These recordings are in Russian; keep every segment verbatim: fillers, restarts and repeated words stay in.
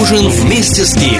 Ужин вместе с Гик.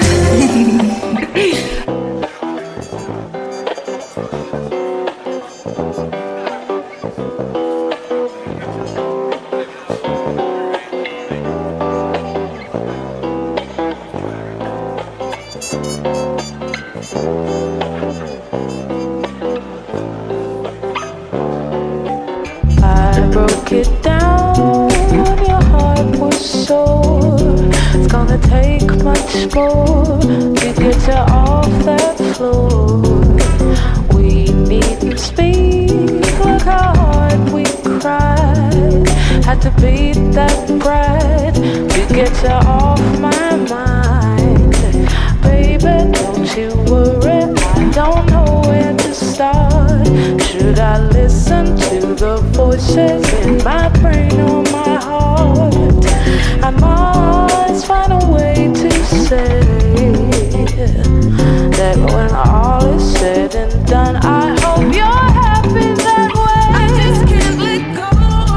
Broke it down, your heart was sore. It's gonna take much more to get you off that floor. We needn't speak, look how hard we cried. Had to beat that pride to get you off my mind. Baby, don't you worry, I don't know where to start. Should I listen to the voices in my brain or my heart? I must find a way to say that when all is said and done, I hope you're happy that way. I just can't let go.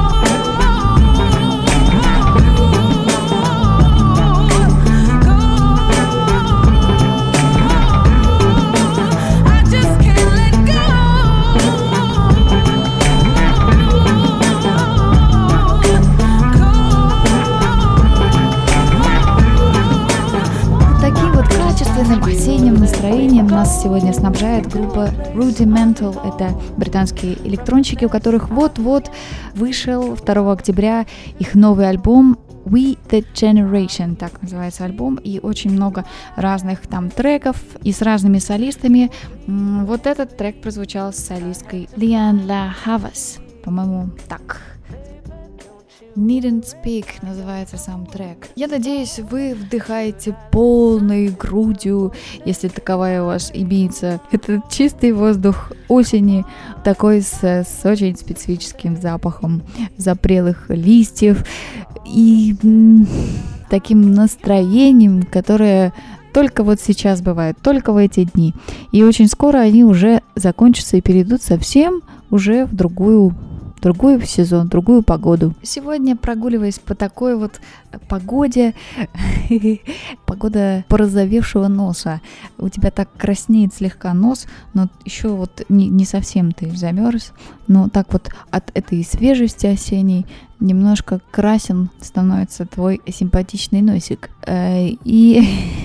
Осенним настроением нас сегодня снабжает группа Rudimental. Это британские электронщики, у которых вот-вот вышел второго октября их новый альбом We The Generation, так называется альбом, и очень много разных там треков и с разными солистами. Вот этот трек прозвучал с солисткой Lianne La Havas, по-моему, так. Needn't Speak называется сам трек. Я надеюсь, вы вдыхаете полной грудью, если таковая у вас имеется. Это чистый воздух осени, такой с, с очень специфическим запахом запрелых листьев и м- таким настроением, которое только вот сейчас бывает, только в эти дни. И очень скоро они уже закончатся и перейдут совсем уже в другую другой сезон, другую погоду. Сегодня, прогуливаясь по такой вот погоде, погода порозовевшего носа. У тебя так краснеет слегка нос, но еще вот не, не совсем ты замерз, но так вот от этой свежести осенней немножко красен становится твой симпатичный носик. И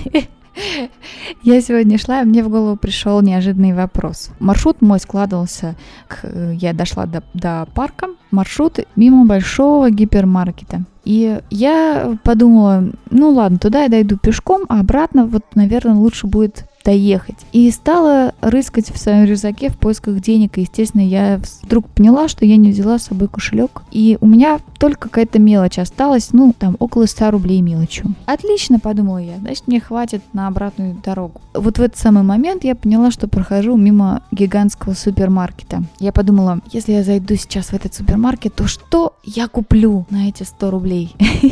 я сегодня шла, и мне в голову пришел неожиданный вопрос. Маршрут мой складывался, к, я дошла до, до парка, маршрут мимо большого гипермаркета. И я подумала, ну ладно, туда я дойду пешком, а обратно вот, наверное, лучше будет доехать. И стала рыскать в своем рюкзаке в поисках денег. И, естественно, я вдруг поняла, что я не взяла с собой кошелек. И у меня только какая-то мелочь осталась, ну, там, около ста рублей мелочью. Отлично, подумала я, значит, мне хватит на обратную дорогу. Вот в этот самый момент я поняла, что прохожу мимо гигантского супермаркета. Я подумала, если я зайду сейчас в этот супермаркет, то что я куплю на эти сто рублей?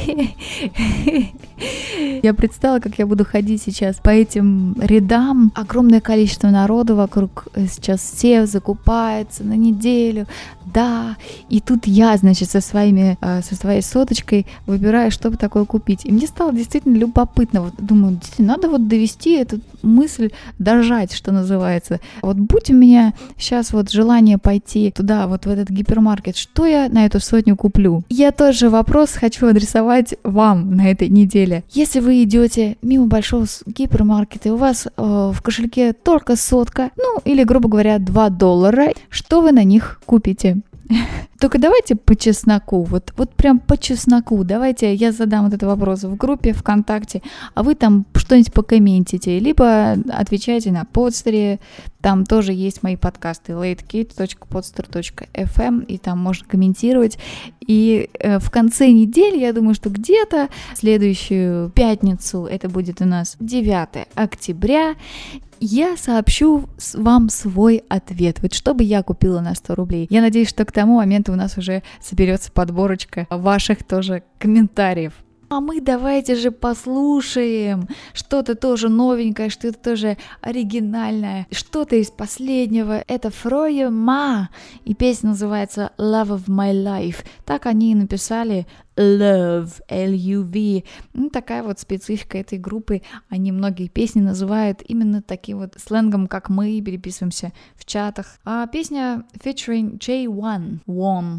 Я представила, как я буду ходить сейчас по этим рядам. Огромное количество народу вокруг сейчас все закупается на неделю. Да, и тут я, значит, со своими, со своей соточкой выбираю, что бы такое купить. И мне стало действительно любопытно. Вот, думаю, действительно, надо вот довести эту мысль, дожать, что называется. Вот будь у меня сейчас вот желание пойти туда, вот в этот гипермаркет, что я на эту сотню куплю? Я тот же вопрос хочу адресовать вам на этой неделе. Если вы идете мимо большого гипермаркета, и у вас э, в кошельке только сотка, ну или, грубо говоря, два доллара, что вы на них купите? Только давайте по чесноку, вот, вот прям по чесноку. Давайте я задам вот этот вопрос в группе ВКонтакте, а вы там что-нибудь покомментите, либо отвечайте на подстере. Там тоже есть мои подкасты лейт кит точка подстер точка эф эм, и там можно комментировать. И э, в конце недели, я думаю, что где-то в следующую пятницу, это будет у нас девятого октября, я сообщу вам свой ответ. Вот что бы я купила на сто рублей. Я надеюсь, что к тому моменту у нас уже соберется подборочка ваших тоже комментариев. А мы давайте же послушаем что-то тоже новенькое, что-то тоже оригинальное, что-то из последнего. Это Фроя Ма, и песня называется Love of My Life. Так они и написали Love, L U V. Ну, такая вот специфика этой группы. Они многие песни называют именно таким вот сленгом, как мы переписываемся в чатах. А песня featuring Джей One. One.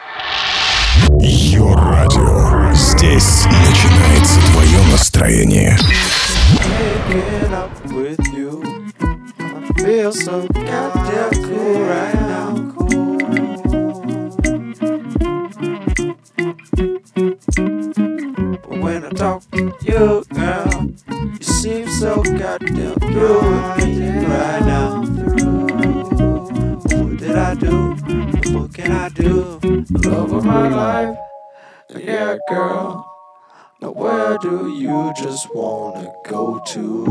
Йо-радио. Здесь начинается твое настроение. When I talk to you, girl, you seem so goddamn through with me right now. What did I do? What can I do? Love of my life, yeah, girl. Now where do you just wanna go to?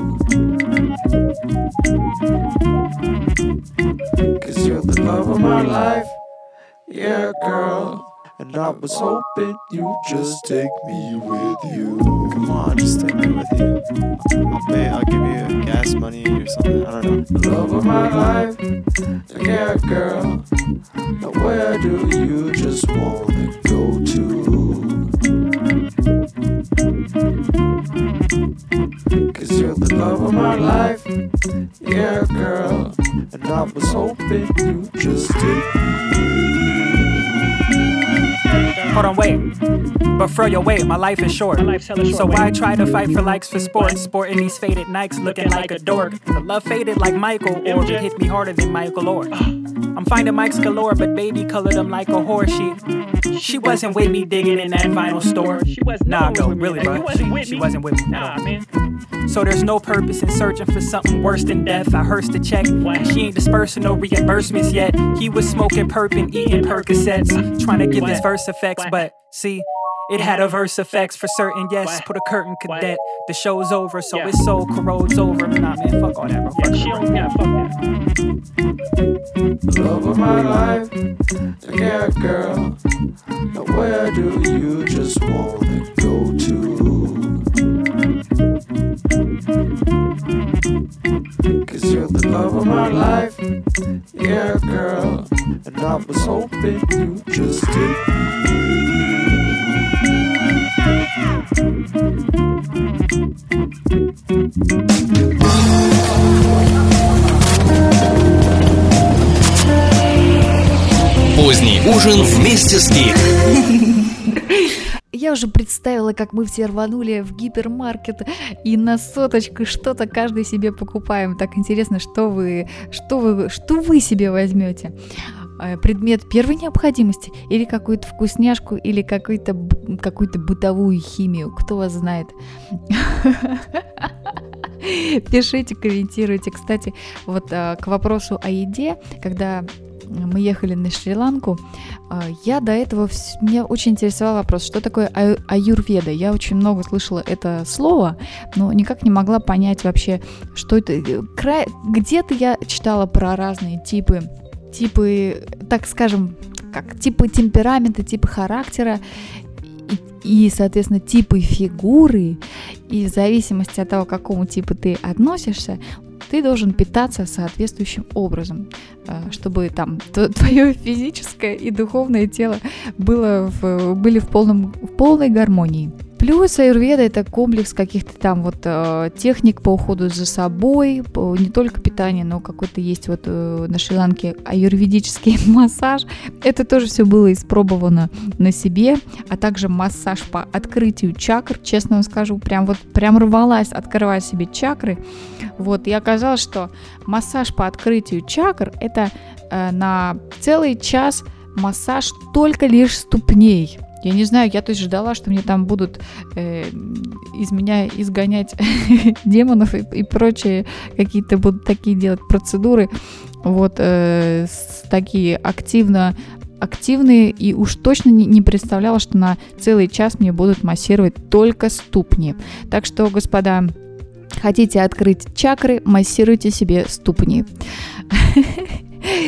Cause you're the love of my life, yeah, girl. And I was hoping you'd just take me with you. Come on, just take me with you. I'll pay, I'll give you gas money or something, I don't know. Love of my life, yeah, girl. Now where do you just wanna go to? Cause you're the love of my life, yeah, girl. And I was hoping you'd just take me with you. Hold on, wait. But throw your weight, my life is short. My life's hella short. So wait. Why try to fight for likes for sports? Sporting these faded Nikes, looking like a dork. The love faded like Michael, or it hit me harder than Michael Orr. I'm finding mics galore, but baby colored them like a horse. She, she wasn't with me digging in that vinyl store. She was nah, no, really, bro. She, she wasn't with me. Nah, man. So there's no purpose in searching for something worse than death. I hearse the check, and she ain't dispersing no reimbursements yet. He was smoking perp and eating Percocets, trying to give this verse effects, but see, it had a verse effects for certain, yes. Put a curtain, cadet. The show's over, so it's so corrodes over. Nah, man, fuck all that, bro. Fuck yeah, she don't, yeah, fuck that. Love of my life, yeah, girl. Now where do you just wanna go to? Cause you're the love of my life, yeah, girl. And I was hoping you'd just take me. Поздний ужин вместе с Гик. Я уже представила, как мы все рванули в гипермаркет и на соточку что-то каждый себе покупаем. Так интересно, что вы, что вы, что вы себе возьмете? Предмет первой необходимости или какую-то вкусняшку, или какую-то, какую-то бытовую химию, кто вас знает. Пишите, комментируйте. Кстати, вот к вопросу о еде, когда мы ехали на Шри-Ланку, я до этого, меня очень интересовал вопрос, что такое аюрведа. Я очень много слышала это слово, но никак не могла понять вообще, что это. Где-то я читала про разные типы типы, так скажем, как типы темперамента, типы характера и, и, соответственно, типы фигуры. И в зависимости от того, к какому типу ты относишься, ты должен питаться соответствующим образом, чтобы там твое физическое и духовное тело было в, были в, полном, в полной гармонии. Плюс аюрведа — это комплекс каких-то там вот э, техник по уходу за собой, по, не только питание, но какой-то есть вот э, на Шри-Ланке аюрведический массаж. Это тоже все было испробовано на себе, а также массаж по открытию чакр. Честно вам скажу, прям вот прям рвалась открывать себе чакры. Вот, и оказалось, что массаж по открытию чакр — это э, на целый час массаж только лишь ступней. Я не знаю, я то есть ждала, что мне там будут э, из меня изгонять демонов и, и прочие какие-то будут такие делать процедуры, вот, э, с, такие активно, активные, и уж точно не, не представляла, что на целый час мне будут массировать только ступни. Так что, господа, хотите открыть чакры, массируйте себе ступни.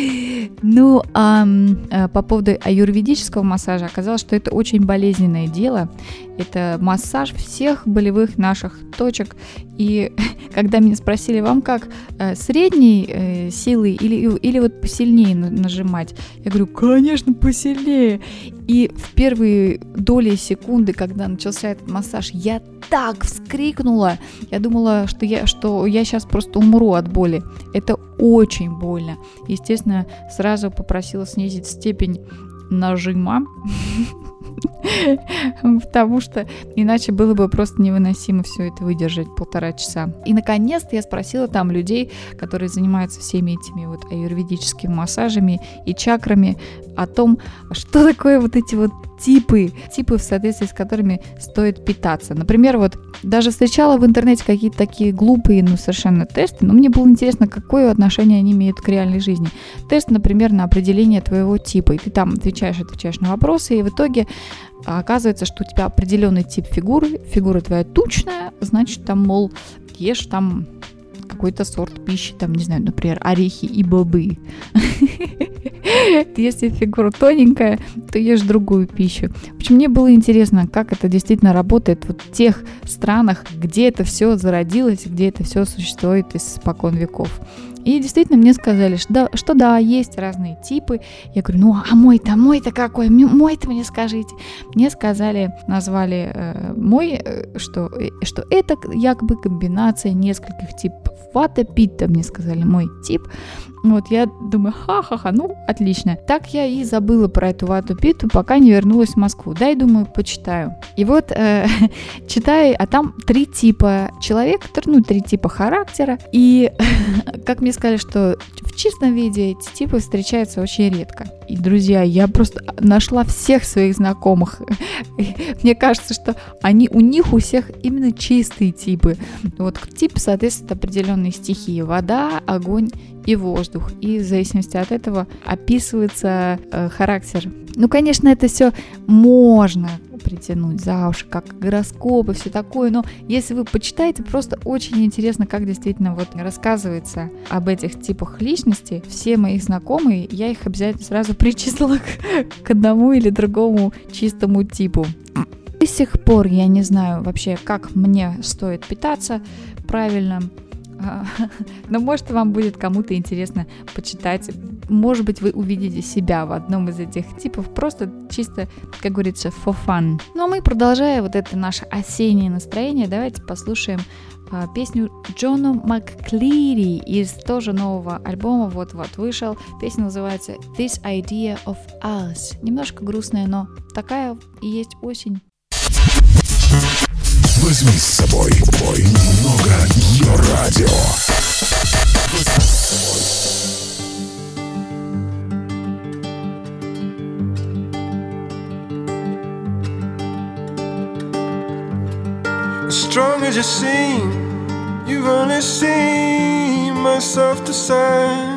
Ну, а, а по поводу аюрведического массажа оказалось, что это очень болезненное дело. Это массаж всех болевых наших точек. И когда меня спросили, вам как, средней э, силы или, или вот посильнее нажимать? Я говорю, конечно, посильнее. И в первые доли секунды, когда начался этот массаж, я так вскрикнула. Я думала, что я, что я сейчас просто умру от боли. Это очень больно. Естественно, сразу попросила снизить степень нажима, потому что иначе было бы просто невыносимо все это выдержать полтора часа. И наконец-то я спросила там людей, которые занимаются всеми этими вот аюрведическими массажами и чакрами, о том, что такое вот эти вот типы, типы, в соответствии с которыми стоит питаться. Например, вот даже встречала в интернете какие-то такие глупые, ну, совершенно тесты, но мне было интересно, какое отношение они имеют к реальной жизни. Тест, например, на определение твоего типа, и ты там отвечаешь, отвечаешь на вопросы, и в итоге оказывается, что у тебя определенный тип фигуры, фигура твоя тучная, значит, там, мол, ешь там какой-то сорт пищи, там, не знаю, например, орехи и бобы. Если фигура тоненькая, то ешь другую пищу. В общем, мне было интересно, как это действительно работает вот в тех странах, где это все зародилось, где это все существует испокон веков. И действительно мне сказали, что да, что да, есть разные типы. Я говорю, ну а мой-то, мой-то какой? Мой-то мне скажите. Мне сказали, назвали э, мой, э, что, э, что это якобы комбинация нескольких типов. Вата питта, мне сказали, мой тип. Вот я думаю, ха-ха-ха, ну отлично. Так я и забыла про эту вату питту, пока не вернулась в Москву. Дай, думаю, почитаю. И вот э, читаю, а там три типа человека, ну три типа характера. И как мне сказали, что в чистом виде эти типы встречаются очень редко. И, друзья, я просто нашла всех своих знакомых. Мне кажется, что они, у них у всех именно чистые типы. Вот тип соответствует определенной стихии: вода, огонь и воздух. И в зависимости от этого описывается э, характер. Ну, конечно, это все можно притянуть за уши, как гороскопы, все такое, но если вы почитаете, просто очень интересно, как действительно вот рассказывается об этих типах личности. Все мои знакомые, я их обязательно сразу причислила к, к одному или другому чистому типу. До сих пор я не знаю вообще, как мне стоит питаться правильно. Но может вам будет кому-то интересно почитать. Может быть, вы увидите себя в одном из этих типов, просто чисто, как говорится, for fun. Ну а мы, продолжая вот это наше осеннее настроение, давайте послушаем а, песню Джона Макклири из тоже нового альбома. Вот-вот вышел. Песня называется This Idea of Us. Немножко грустная, но такая и есть осень. Возьми с собой бой немного ее радио. As strong as you seem, you've only seen my softer side.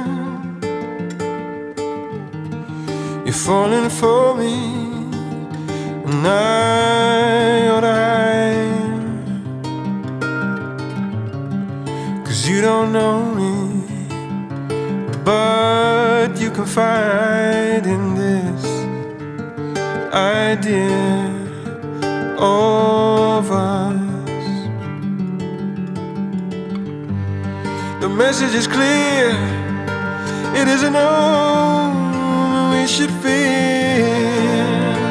You're falling for me, and I ought to hide. You don't know me, but you confide in this idea of us. The message is clear, it isn't all we should fear,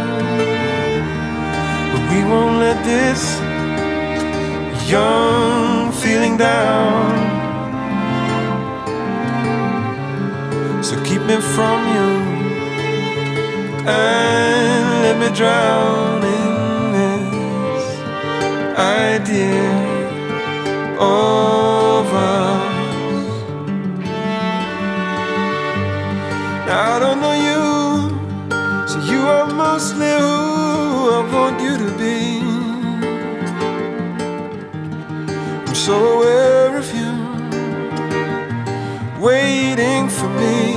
but we won't let this young feeling down. So keep me from you and let me drown in this idea of us. Now I don't know you, so you are mostly who I want you to be. So aware of you, waiting for me,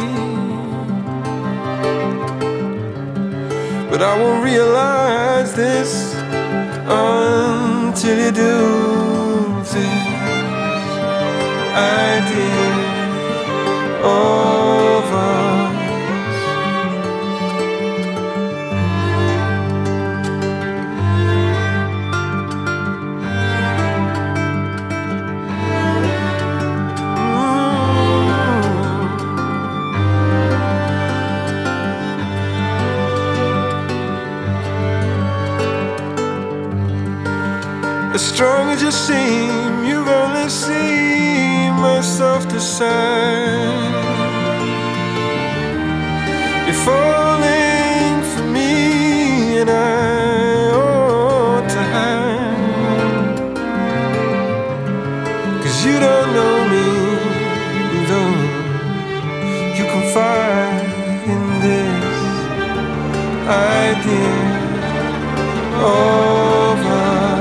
but I won't realize this until you do this idea of us. As strong as you seem, you've only seen my softer side. You're falling for me, and I ought to hide. 'Cause you don't know me, though you confide in this idea of us.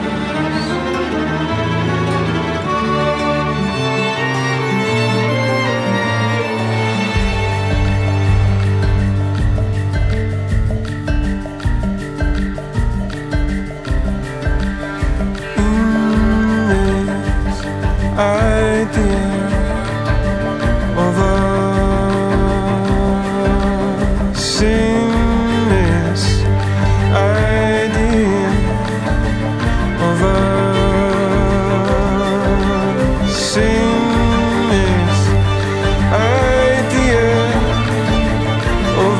Idea of us in this idea of us in this idea of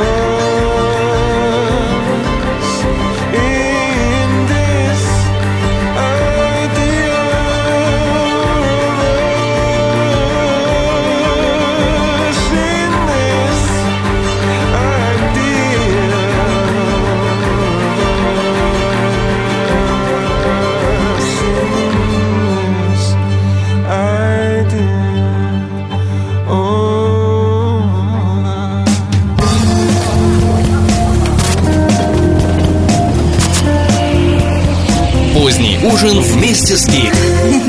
us in this idea. Поздний ужин вместе с Гик.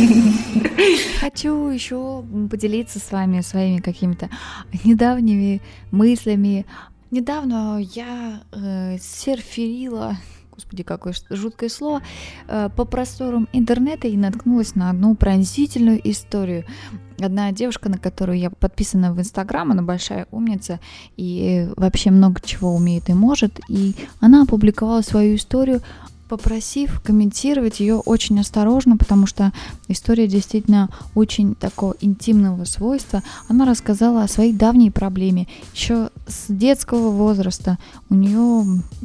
Хочу еще поделиться с вами своими какими-то недавними мыслями. Недавно я э, серферила, господи, какое жуткое слово, э, по просторам интернета и наткнулась на одну пронзительную историю. Одна девушка, на которую я подписана в Инстаграм, она большая умница и вообще много чего умеет и может, и она опубликовала свою историю, попросив комментировать ее очень осторожно, потому что история действительно очень такого интимного свойства. Она рассказала о своей давней проблеме. Еще с детского возраста у нее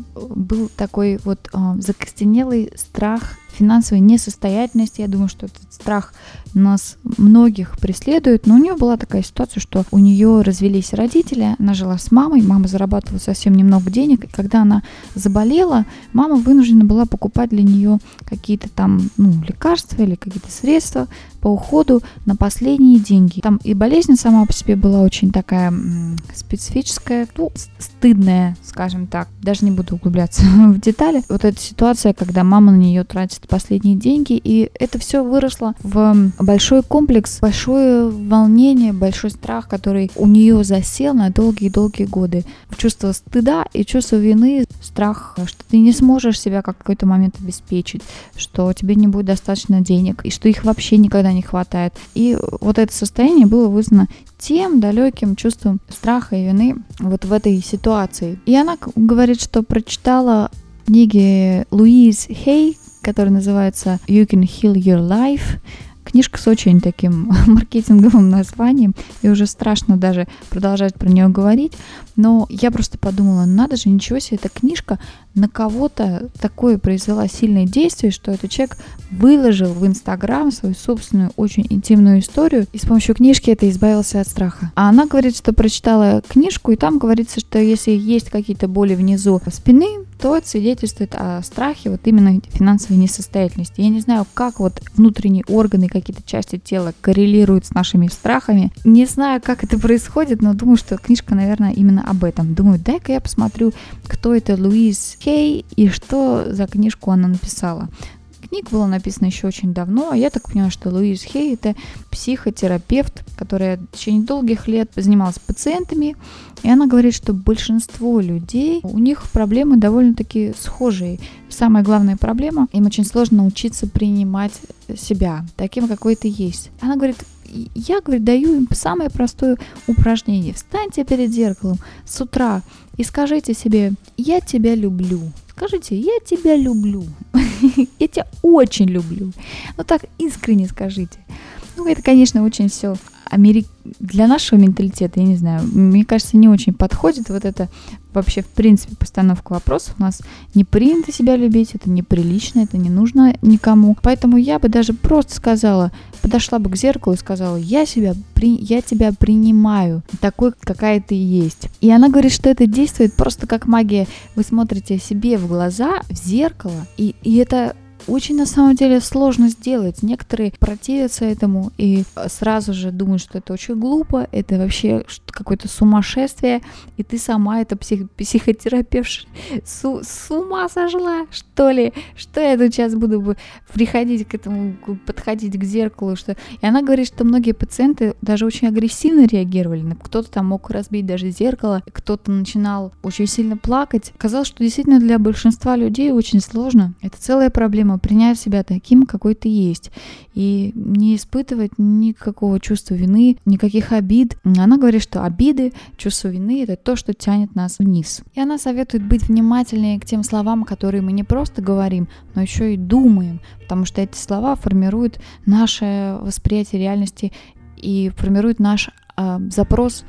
был такой вот э, закостенелый страх финансовой несостоятельности. Я думаю, что этот страх нас многих преследует, но у нее была такая ситуация, что у нее развелись родители, она жила с мамой, мама зарабатывала совсем немного денег, и когда она заболела, мама вынуждена была покупать для нее какие-то там ну, лекарства или какие-то средства по уходу на последние деньги. Там и болезнь сама по себе была очень такая м- специфическая, ну, стыдная, скажем так. Даже не буду углубляться в детали. Вот эта ситуация, когда мама на нее тратит последние деньги, и это все выросло в большой комплекс, большое волнение, большой страх, который у нее засел на долгие-долгие годы. Чувство стыда и чувство вины, страх, что ты не сможешь себя как в какой-то момент обеспечить, что тебе не будет достаточно денег, и что их вообще никогда не хватает. И вот это состояние было вызвано тем далеким чувством страха и вины вот в этой ситуации. И она говорит, что прочитала книги Луиз Хей, которая называется You Can Heal Your Life. Книжка с очень таким маркетинговым названием, и уже страшно даже продолжать про нее говорить, но я просто подумала, надо же, ничего себе, эта книжка на кого-то такое произвела сильное действие, что этот человек выложил в Инстаграм свою собственную очень интимную историю, и с помощью книжки это избавился от страха. А она говорит, что прочитала книжку, и там говорится, что если есть какие-то боли внизу спины, то это свидетельствует о страхе вот именно финансовой несостоятельности. Я не знаю, как вот внутренние органы, какие-то части тела коррелируют с нашими страхами. Не знаю, как это происходит, но думаю, что книжка, наверное, именно об этом. Думаю, дай-ка я посмотрю, кто это Луиз Хей и что за книжку она написала. Книга была написана еще очень давно, а я так понимаю, что Луиз Хей — это психотерапевт, которая в течение долгих лет занималась пациентами, и она говорит, что большинство людей, у них проблемы довольно-таки схожие. Самая главная проблема, им очень сложно научиться принимать себя таким, какой ты есть. Она говорит, я, говорит, даю им самое простое упражнение. Встаньте перед зеркалом с утра и скажите себе: я тебя люблю. Скажите: я тебя люблю. Я тебя очень люблю. Ну так искренне скажите. Ну это, конечно, очень все Амери... для нашего менталитета, я не знаю, мне кажется, не очень подходит вот это вообще, в принципе, постановка вопросов. У нас не принято себя любить, это неприлично, это не нужно никому. Поэтому я бы даже просто сказала, подошла бы к зеркалу и сказала: я себя, при... я тебя принимаю такой, какая ты есть. И она говорит, что это действует просто как магия. Вы смотрите себе в глаза, в зеркало, и, и это очень на самом деле сложно сделать. Некоторые противятся этому и сразу же думают, что это очень глупо, это вообще какое-то сумасшествие, и ты сама это псих, психотерапевт с, с ума сошла, что ли? Что я тут сейчас буду приходить к этому, подходить к зеркалу? Что... И она говорит, что многие пациенты даже очень агрессивно реагировали. Кто-то там мог разбить даже зеркало, кто-то начинал очень сильно плакать. Казалось, что действительно для большинства людей очень сложно. Это целая проблема. Принять себя таким, какой ты есть, и не испытывать никакого чувства вины, никаких обид. Она говорит, что обиды, чувство вины — это то, что тянет нас вниз. И она советует быть внимательнее к тем словам, которые мы не просто говорим, но еще и думаем, потому что эти слова формируют наше восприятие реальности и формируют наш э, запрос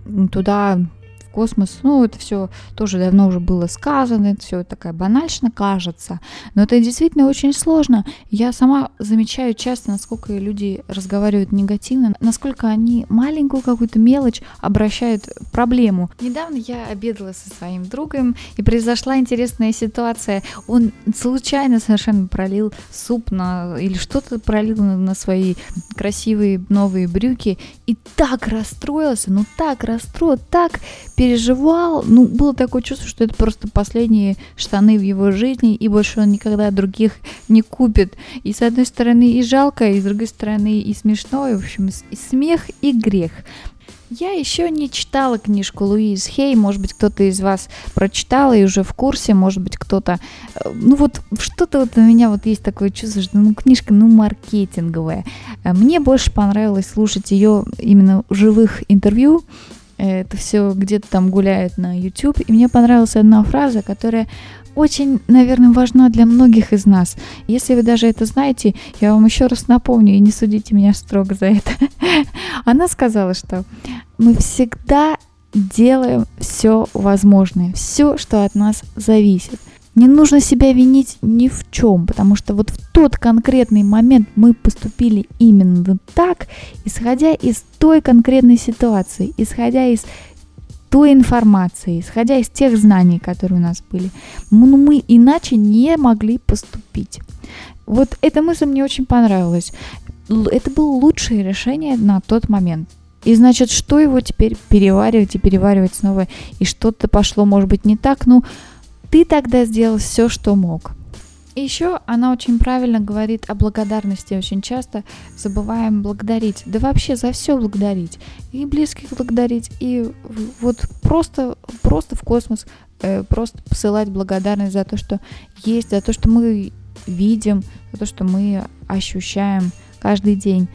туда, космос. Ну, это все тоже давно уже было сказано, это все такая банальщина кажется, но это действительно очень сложно. Я сама замечаю часто, насколько люди разговаривают негативно, насколько они маленькую какую-то мелочь обращают в проблему. Недавно я обедала со своим другом, и произошла интересная ситуация. Он случайно совершенно пролил суп на, или что-то пролил на, на свои красивые новые брюки, и так расстроился, ну так расстроил, так переживал, ну, было такое чувство, что это просто последние штаны в его жизни, и больше он никогда других не купит. И с одной стороны и жалко, и с другой стороны и смешно, и, в общем, и смех, и грех. Я еще не читала книжку Луиз Хей, может быть, кто-то из вас прочитал и уже в курсе, может быть, кто-то, ну вот что-то вот у меня вот есть такое чувство, что ну книжка, ну маркетинговая. Мне больше понравилось слушать ее именно в живых интервью. Это все где-то там гуляет на YouTube. И мне понравилась одна фраза, которая очень, наверное, важна для многих из нас. Если вы даже это знаете, я вам еще раз напомню, и не судите меня строго за это. Она сказала, что мы всегда делаем все возможное, все, что от нас зависит. Не нужно себя винить ни в чем, потому что вот в тот конкретный момент мы поступили именно так, исходя из той конкретной ситуации, исходя из той информации, исходя из тех знаний, которые у нас были. Ну, мы иначе не могли поступить. Вот эта мысль мне очень понравилась. Это было лучшее решение на тот момент. И значит, что его теперь переваривать и переваривать снова, и что-то пошло, может быть, не так, ну, ты тогда сделал все, что мог. И еще она очень правильно говорит о благодарности. Очень часто забываем благодарить. Да вообще за все благодарить. И близких благодарить, и вот просто, просто в космос э, просто посылать благодарность за то, что есть, за то, что мы видим, за то, что мы ощущаем каждый день.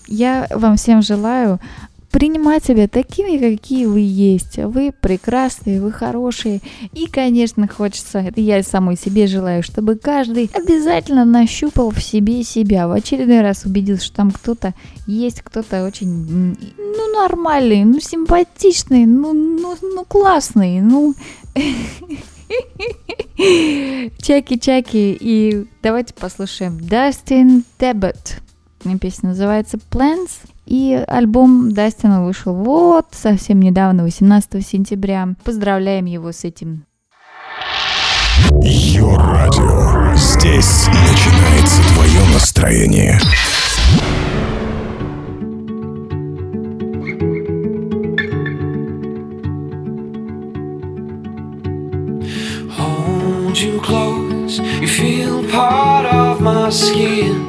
Я вам всем желаю принимать себя такими, какие вы есть. Вы прекрасные, вы хорошие. И, конечно, хочется, это я самой себе желаю, чтобы каждый обязательно нащупал в себе себя. В очередной раз убедился, что там кто-то есть, кто-то очень, ну, нормальный, ну, симпатичный, ну, ну, ну классный, ну... Чаки-чаки. И давайте послушаем Дастин Теббет. Песня называется Plans. И альбом Дастина вышел вот совсем недавно, восемнадцатого сентября. Поздравляем его с этим. Йо-радио. Здесь начинается твое настроение. Hold you close, you feel part of my skin.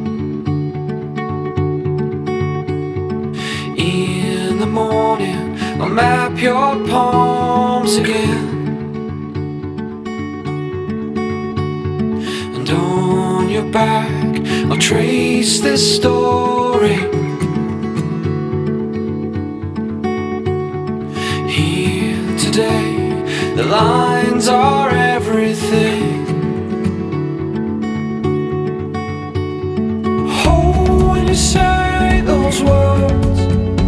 In the morning, I'll map your palms again. And on your back, I'll trace this story. Here today, the lines are everything. Oh, when you say those words,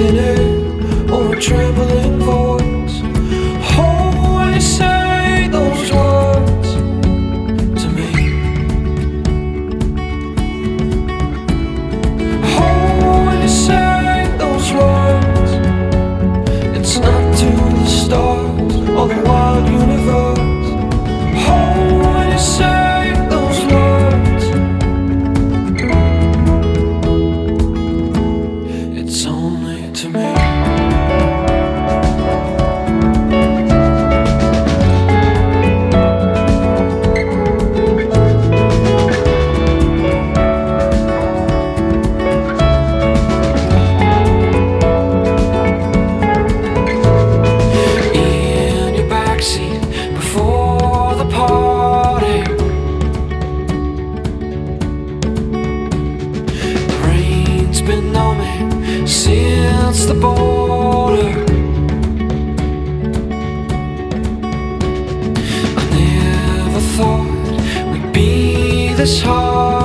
thin air or a trembling voice. Oh, when you say those words to me. Oh, when you say those words, it's not to the stars or the wild universe. Oh, when you say those words, it's only to me. In your backseat before the party, the rain's been on me since the border. I never thought we'd be this hard.